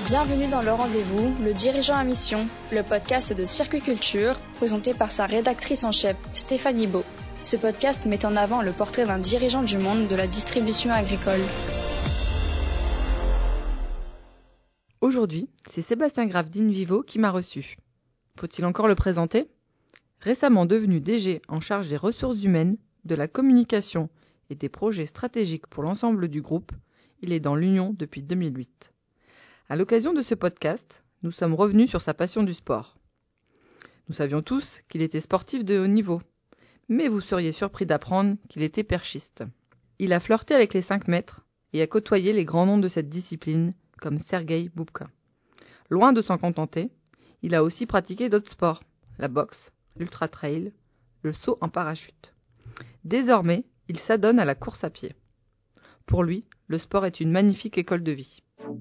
Bienvenue dans Le Rendez-vous, le dirigeant à mission, le podcast de Circuit Culture, présenté par sa rédactrice en chef, Stéphanie Beau. Ce podcast met en avant le portrait d'un dirigeant du monde de la distribution agricole. Aujourd'hui, c'est Sébastien Grave d'Invivo qui m'a reçu. Faut-il encore le présenter ? Récemment devenu DG en charge des ressources humaines, de la communication et des projets stratégiques pour l'ensemble du groupe, il est dans l'Union depuis 2008. À l'occasion de ce podcast, nous sommes revenus sur sa passion du sport. Nous savions tous qu'il était sportif de haut niveau, mais vous seriez surpris d'apprendre qu'il était perchiste. Il a flirté avec les 5 mètres et a côtoyé les grands noms de cette discipline, comme Sergueï Boubka. Loin de s'en contenter, il a aussi pratiqué d'autres sports, la boxe, l'ultra-trail, le saut en parachute. Désormais, il s'adonne à la course à pied. Pour lui, le sport est une magnifique école de vie.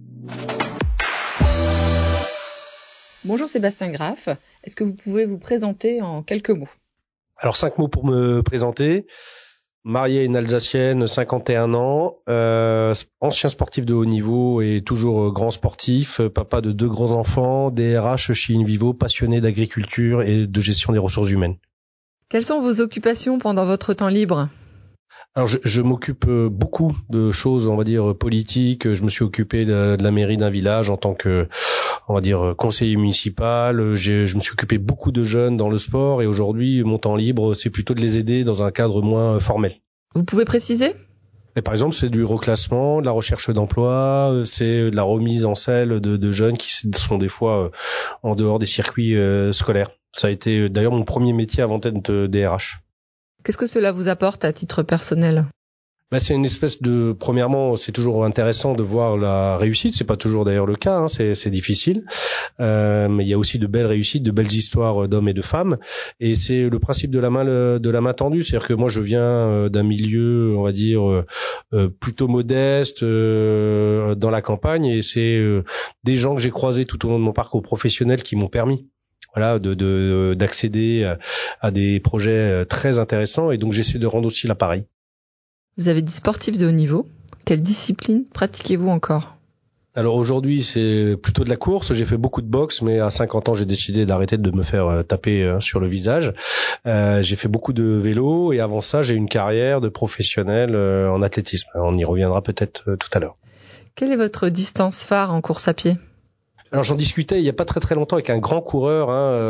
Bonjour Sébastien Grave, est-ce que vous pouvez vous présenter en quelques mots ? Alors 5 mots pour me présenter. Marié à une Alsacienne, 51 ans, ancien sportif de haut niveau et toujours grand sportif, papa de 2 grands enfants, DRH chez Invivo, passionné d'agriculture et de gestion des ressources humaines. Quelles sont vos occupations pendant votre temps libre ? Alors je m'occupe beaucoup de choses, on va dire politiques. Je me suis occupé de la mairie d'un village en tant que, on va dire, conseiller municipal. Je me suis occupé beaucoup de jeunes dans le sport et aujourd'hui mon temps libre c'est plutôt de les aider dans un cadre moins formel. Vous pouvez préciser ? Et par exemple, c'est du reclassement, de la recherche d'emploi, c'est de la remise en selle de jeunes qui sont des fois en dehors des circuits scolaires. Ça a été d'ailleurs mon premier métier avant d'être DRH. Qu'est-ce que cela vous apporte à titre personnel ? C'est une espèce de, premièrement, c'est toujours intéressant de voir la réussite. C'est pas toujours d'ailleurs le cas, hein, c'est difficile. Mais il y a aussi de belles réussites, de belles histoires d'hommes et de femmes. Et c'est le principe de la main tendue. C'est-à-dire que moi, je viens d'un milieu, on va dire, plutôt modeste, dans la campagne. Et c'est des gens que j'ai croisés tout au long de mon parcours professionnel qui m'ont permis d'accéder à des projets très intéressants. Et donc, j'essaie de rendre aussi l'appareil. Vous avez dit sportif de haut niveau. Quelle discipline pratiquez-vous encore ? Alors aujourd'hui, c'est plutôt de la course. J'ai fait beaucoup de boxe, mais à 50 ans, j'ai décidé d'arrêter de me faire taper sur le visage. J'ai fait beaucoup de vélo et avant ça, j'ai une carrière de professionnel en athlétisme. On y reviendra peut-être tout à l'heure. Quelle est votre distance phare en course à pied ? Alors j'en discutais il y a pas très longtemps avec un grand coureur,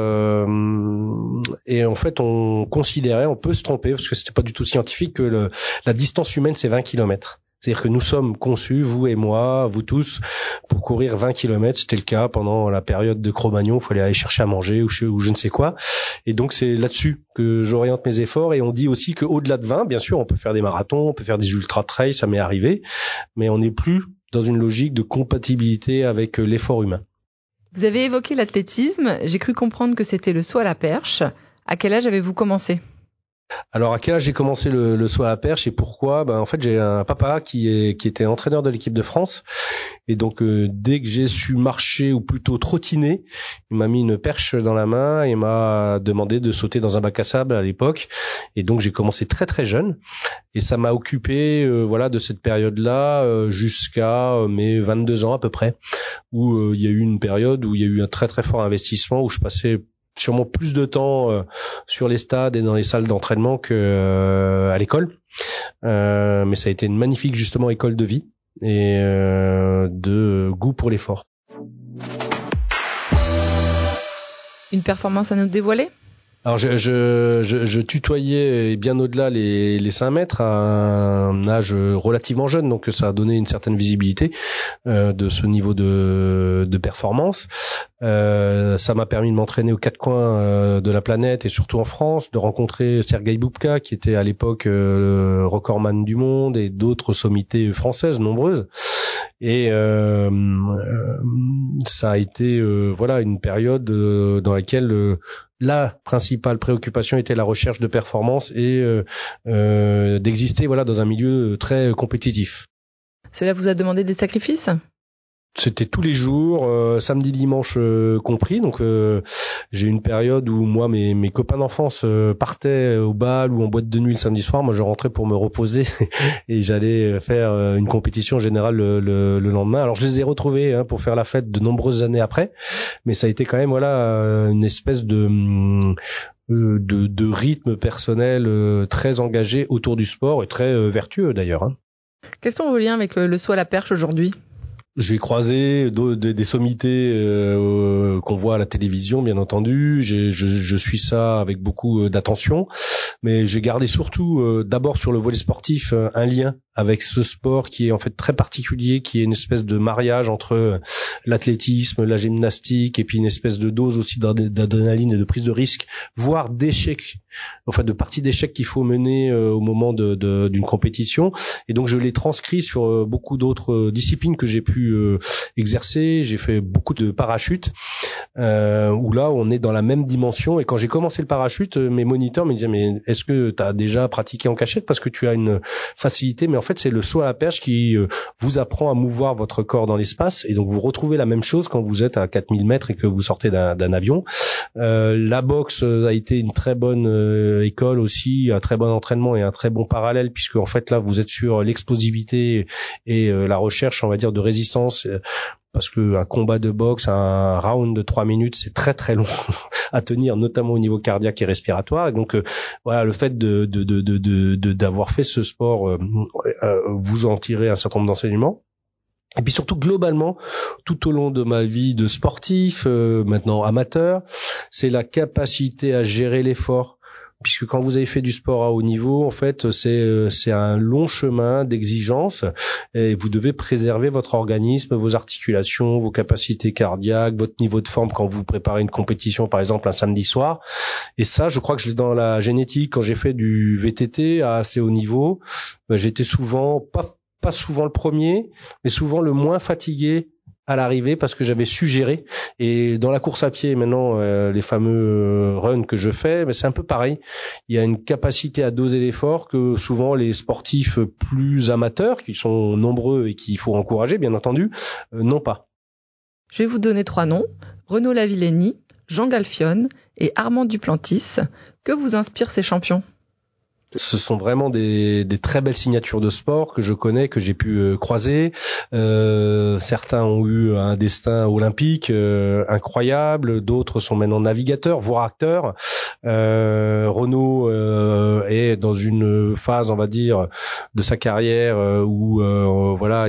et en fait on peut se tromper parce que c'était pas du tout scientifique, que la distance humaine c'est 20 km. C'est-à-dire que nous sommes conçus, vous et moi, vous tous, pour courir 20 km. C'était le cas pendant la période de Cro-Magnon, il fallait aller chercher à manger ou je ne sais quoi. Et donc c'est là-dessus que j'oriente mes efforts. Et on dit aussi qu'au-delà de 20, bien sûr, on peut faire des marathons, on peut faire des ultra-trails, ça m'est arrivé, mais on n'est plus dans une logique de compatibilité avec l'effort humain. Vous avez évoqué l'athlétisme, j'ai cru comprendre que c'était le saut à la perche. À quel âge avez-vous commencé ? Alors à quel âge j'ai commencé le saut à la perche et pourquoi ? En fait j'ai un papa qui était entraîneur de l'équipe de France et donc dès que j'ai su marcher ou plutôt trottiner, il m'a mis une perche dans la main et m'a demandé de sauter dans un bac à sable à l'époque et donc j'ai commencé très jeune et ça m'a occupé de cette période-là jusqu'à mes 22 ans à peu près où il y a eu une période où il y a eu un très fort investissement où je passais sûrement plus de temps sur les stades et dans les salles d'entraînement que à l'école. Mais ça a été une magnifique justement école de vie et de goût pour l'effort. Une performance à nous dévoiler ? Alors je tutoyais et bien au-delà les 5 mètres à un âge relativement jeune, donc ça a donné une certaine visibilité de ce niveau de performance. Ça m'a permis de m'entraîner aux 4 coins de la planète et surtout en France, de rencontrer Sergueï Boubka qui était à l'époque recordman du monde et d'autres sommités françaises nombreuses. Et ça a été une période dans laquelle la principale préoccupation était la recherche de performance et d'exister dans un milieu très compétitif. Cela vous a demandé des sacrifices ? c'était tous les jours, samedi, dimanche compris. Donc j'ai eu une période où moi mes copains d'enfance partaient au bal ou en boîte de nuit le samedi soir. Moi je rentrais pour me reposer et j'allais faire une compétition générale le lendemain. Alors je les ai retrouvés pour faire la fête de nombreuses années après, mais ça a été quand même une espèce de rythme personnel très engagé autour du sport et très vertueux d'ailleurs. Quels sont vos liens avec le saut à la perche aujourd'hui ? J'ai croisé des sommités qu'on voit à la télévision, bien entendu. Je suis ça avec beaucoup d'attention, mais j'ai gardé surtout d'abord sur le volet sportif un lien avec ce sport qui est en fait très particulier, qui est une espèce de mariage entre l'athlétisme, la gymnastique et puis une espèce de dose aussi d'adrénaline et de prise de risque, voire d'échecs, enfin de parties d'échecs qu'il faut mener au moment d'une compétition. Et donc je l'ai transcrit sur beaucoup d'autres disciplines que j'ai pu exercer. J'ai fait beaucoup de parachute où là on est dans la même dimension. Et quand j'ai commencé le parachute, mes moniteurs me disaient mais est-ce que tu as déjà pratiqué en cachette parce que tu as une facilité? Mais en fait c'est le saut à la perche qui vous apprend à mouvoir votre corps dans l'espace, et donc vous retrouvez la même chose quand vous êtes à 4000 mètres et que vous sortez d'un avion. La boxe a été une très bonne école aussi, un très bon entraînement et un très bon parallèle, puisque en fait là vous êtes sur l'explosivité et la recherche, on va dire, de résistance, parce que un combat de boxe, un round de 3 minutes, c'est très très long à tenir, notamment au niveau cardiaque et respiratoire. Et donc voilà, le fait d'avoir fait ce sport, vous en tirez un certain nombre d'enseignements. Et puis surtout globalement, tout au long de ma vie de sportif, maintenant amateur, c'est la capacité à gérer l'effort. Puisque quand vous avez fait du sport à haut niveau, en fait, c'est un long chemin d'exigence et vous devez préserver votre organisme, vos articulations, vos capacités cardiaques, votre niveau de forme quand vous préparez une compétition, par exemple un samedi soir. Et ça, je crois que je l'ai dans la génétique. Quand j'ai fait du VTT à assez haut niveau, j'étais souvent pas souvent le premier, mais souvent le moins fatigué à l'arrivée parce que j'avais su gérer. Et dans la course à pied maintenant, les fameux runs que je fais, mais c'est un peu pareil. Il y a une capacité à doser l'effort que souvent les sportifs plus amateurs, qui sont nombreux et qu'il faut encourager bien entendu, n'ont pas. Je vais vous donner 3 noms: Renaud Lavillenie, Jean Galfionne et Armand Duplantis. Que vous inspirent ces champions ? Ce sont vraiment des très belles signatures de sport que je connais, que j'ai pu croiser. Certains ont eu un destin olympique incroyable, d'autres sont maintenant navigateurs, voire acteurs. Renaud est dans une phase, on va dire, de sa carrière où voilà,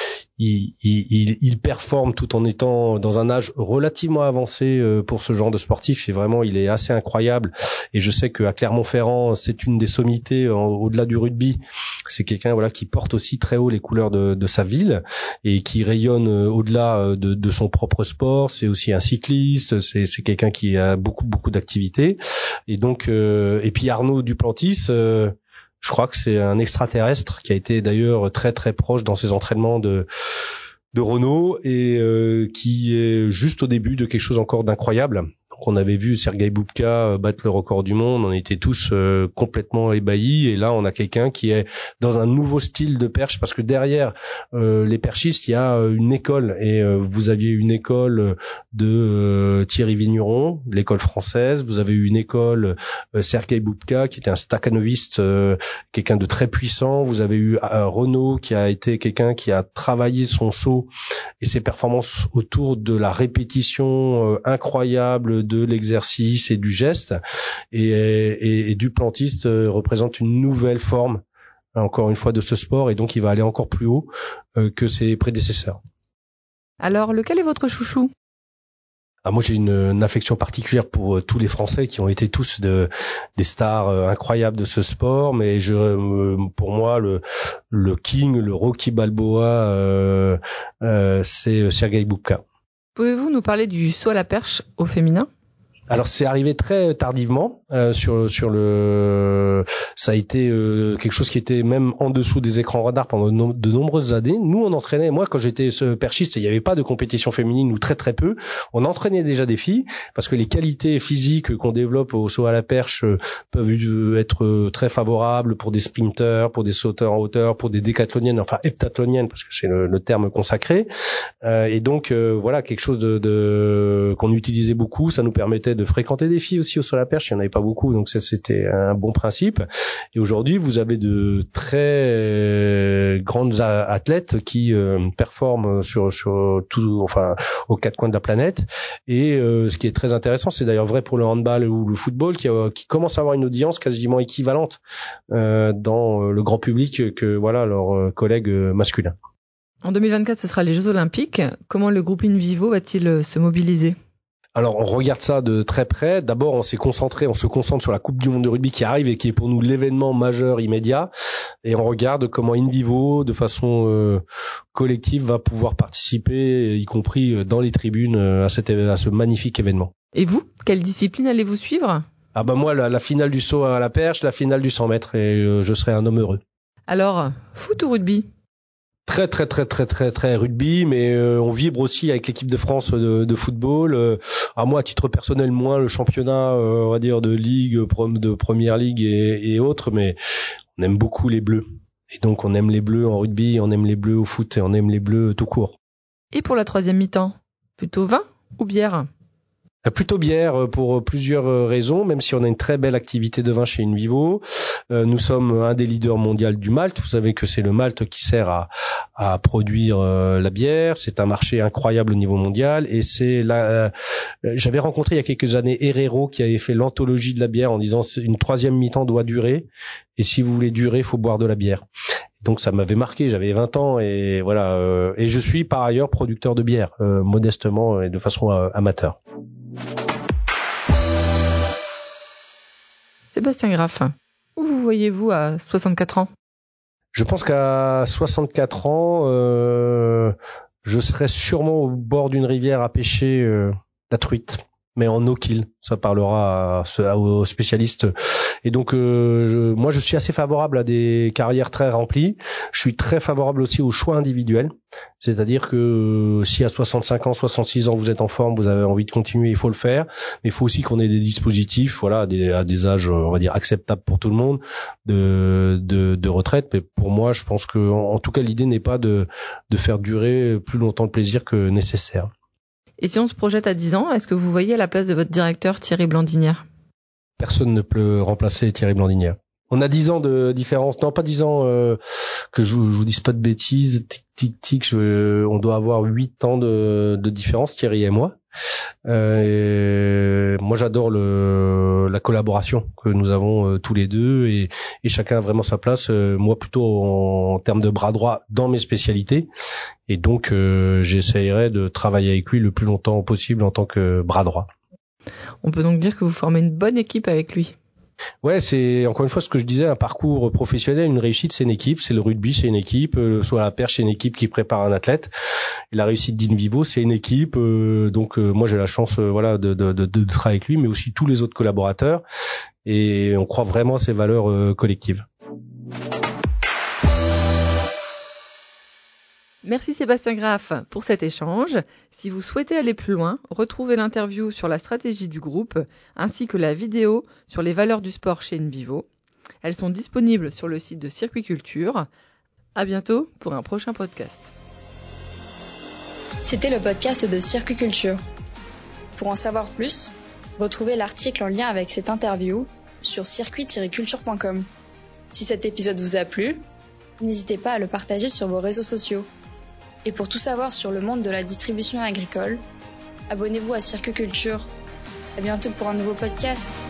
il performe tout en étant dans un âge relativement avancé pour ce genre de sportif, et vraiment il est assez incroyable. Et je sais qu'à Clermont-Ferrand, c'est une des sommités au-delà du rugby. C'est quelqu'un voilà qui porte aussi très haut les couleurs de sa ville et qui rayonne au-delà de son propre sport. C'est aussi un cycliste, c'est quelqu'un qui a beaucoup d'activités. Et donc et puis Arnaud Duplantis, je crois que c'est un extraterrestre qui a été d'ailleurs très très proche dans ses entraînements de Renaud et qui est juste au début de quelque chose encore d'incroyable. Donc on avait vu Sergueï Boubka battre le record du monde, on était tous complètement ébahis, et là on a quelqu'un qui est dans un nouveau style de perche, parce que derrière les perchistes il y a une école, et vous aviez une école de Thierry Vigneron, l'école française, vous avez eu une école Sergueï Boubka qui était un stakhanoviste, quelqu'un de très puissant, vous avez eu Renaud qui a été quelqu'un qui a travaillé son saut et ses performances autour de la répétition incroyable de l'exercice et du geste, et Duplantis représente une nouvelle forme, encore une fois, de ce sport, et donc il va aller encore plus haut que ses prédécesseurs. Alors, lequel est votre chouchou ? Moi, j'ai une affection particulière pour tous les Français qui ont été tous des stars incroyables de ce sport, mais pour moi, le king, le Rocky Balboa, c'est Sergueï Boubka. Pouvez-vous nous parler du saut à la perche au féminin ? Alors c'est arrivé très tardivement sur le. Ça a été quelque chose qui était même en dessous des écrans radars pendant de nombreuses années. Nous on entraînait. Moi quand j'étais perchiste, il n'y avait pas de compétition féminine ou très très peu. On entraînait déjà des filles parce que les qualités physiques qu'on développe au saut à la perche peuvent être très favorables pour des sprinteurs, pour des sauteurs en hauteur, pour des décathloniennes, enfin heptathloniennes parce que c'est le terme consacré. Et donc voilà quelque chose de qu'on utilisait beaucoup. Ça nous permettait de fréquenter des filles aussi au saut à la perche, il n'y en avait pas beaucoup, donc ça c'était un bon principe. Et aujourd'hui, vous avez de très grandes athlètes qui performent sur tout, enfin aux quatre coins de la planète. Et ce qui est très intéressant, c'est d'ailleurs vrai pour le handball ou le football, qui commence à avoir une audience quasiment équivalente dans le grand public que voilà leurs collègues masculins. En 2024, ce sera les Jeux Olympiques. Comment le groupe InVivo va-t-il se mobiliser ? Alors on regarde ça de très près. D'abord on se concentre sur la Coupe du Monde de rugby qui arrive et qui est pour nous l'événement majeur immédiat. Et on regarde comment InVivo, de façon collective, va pouvoir participer, y compris dans les tribunes, à ce magnifique événement. Et vous, quelle discipline allez-vous suivre ? Ah bah moi la finale du saut à la perche, la finale du 100 mètres et je serai un homme heureux. Alors, foot ou rugby ? Très rugby, mais on vibre aussi avec l'équipe de France de football. À moi, à titre personnel, moins le championnat, on va dire de ligue, de première ligue et autres, mais on aime beaucoup les Bleus. Et donc on aime les Bleus en rugby, on aime les Bleus au foot et on aime les Bleus tout court. Et pour la troisième mi-temps, plutôt vin ou bière ? Plutôt bière pour plusieurs raisons, même si on a une très belle activité de vin chez InVivo. Nous sommes un des leaders mondiaux du malt. Vous savez que c'est le malt qui sert à produire la bière. C'est un marché incroyable au niveau mondial. Et c'est là, j'avais rencontré il y a quelques années Herrero qui avait fait l'anthologie de la bière en disant une troisième mi-temps doit durer. Et si vous voulez durer, il faut boire de la bière. Donc ça m'avait marqué, j'avais 20 ans et voilà. Et je suis par ailleurs producteur de bière, modestement et de façon amateur. Sébastien Graff, où vous voyez-vous à 64 ans ? Je pense qu'à 64 ans, je serai sûrement au bord d'une rivière à pêcher la truite, mais en no-kill. Ça parlera aux spécialistes. Et donc, moi, je suis assez favorable à des carrières très remplies. Je suis très favorable aussi au choix individuel. C'est-à-dire que si à 65 ans, 66 ans, vous êtes en forme, vous avez envie de continuer, il faut le faire. Mais il faut aussi qu'on ait des dispositifs, voilà, à des âges, on va dire, acceptables pour tout le monde, de retraite. Mais pour moi, je pense que, en tout cas, l'idée n'est pas de faire durer plus longtemps le plaisir que nécessaire. Et si on se projette à 10 ans, est-ce que vous voyez à la place de votre directeur Thierry Blandinière ? Personne ne peut remplacer Thierry Blandinière. On a 10 ans de différence. Non, pas 10 ans, que je vous dise pas de bêtises. Tic, on doit avoir 8 ans de différence, Thierry et moi. Moi, j'adore la collaboration que nous avons tous les deux et chacun a vraiment sa place. Moi, plutôt en termes de bras droit dans mes spécialités. Et donc, j'essayerai de travailler avec lui le plus longtemps possible en tant que bras droit. On peut donc dire que vous formez une bonne équipe avec lui. Ouais, c'est encore une fois ce que je disais, un parcours professionnel, une réussite, c'est une équipe. C'est le rugby, c'est une équipe. Soit la perche, c'est une équipe qui prépare un athlète. Et la réussite d'InVivo, c'est une équipe. Donc moi, j'ai la chance, voilà, de travailler avec lui, mais aussi tous les autres collaborateurs. Et on croit vraiment à ces valeurs collectives. Merci Sébastien Graff pour cet échange. Si vous souhaitez aller plus loin, retrouvez l'interview sur la stratégie du groupe ainsi que la vidéo sur les valeurs du sport chez InVivo. Elles sont disponibles sur le site de Circuit Culture. À bientôt pour un prochain podcast. C'était le podcast de Circuit Culture. Pour en savoir plus, retrouvez l'article en lien avec cette interview sur circuit-culture.com. Si cet épisode vous a plu, n'hésitez pas à le partager sur vos réseaux sociaux. Et pour tout savoir sur le monde de la distribution agricole, abonnez-vous à Circuit Culture. À bientôt pour un nouveau podcast.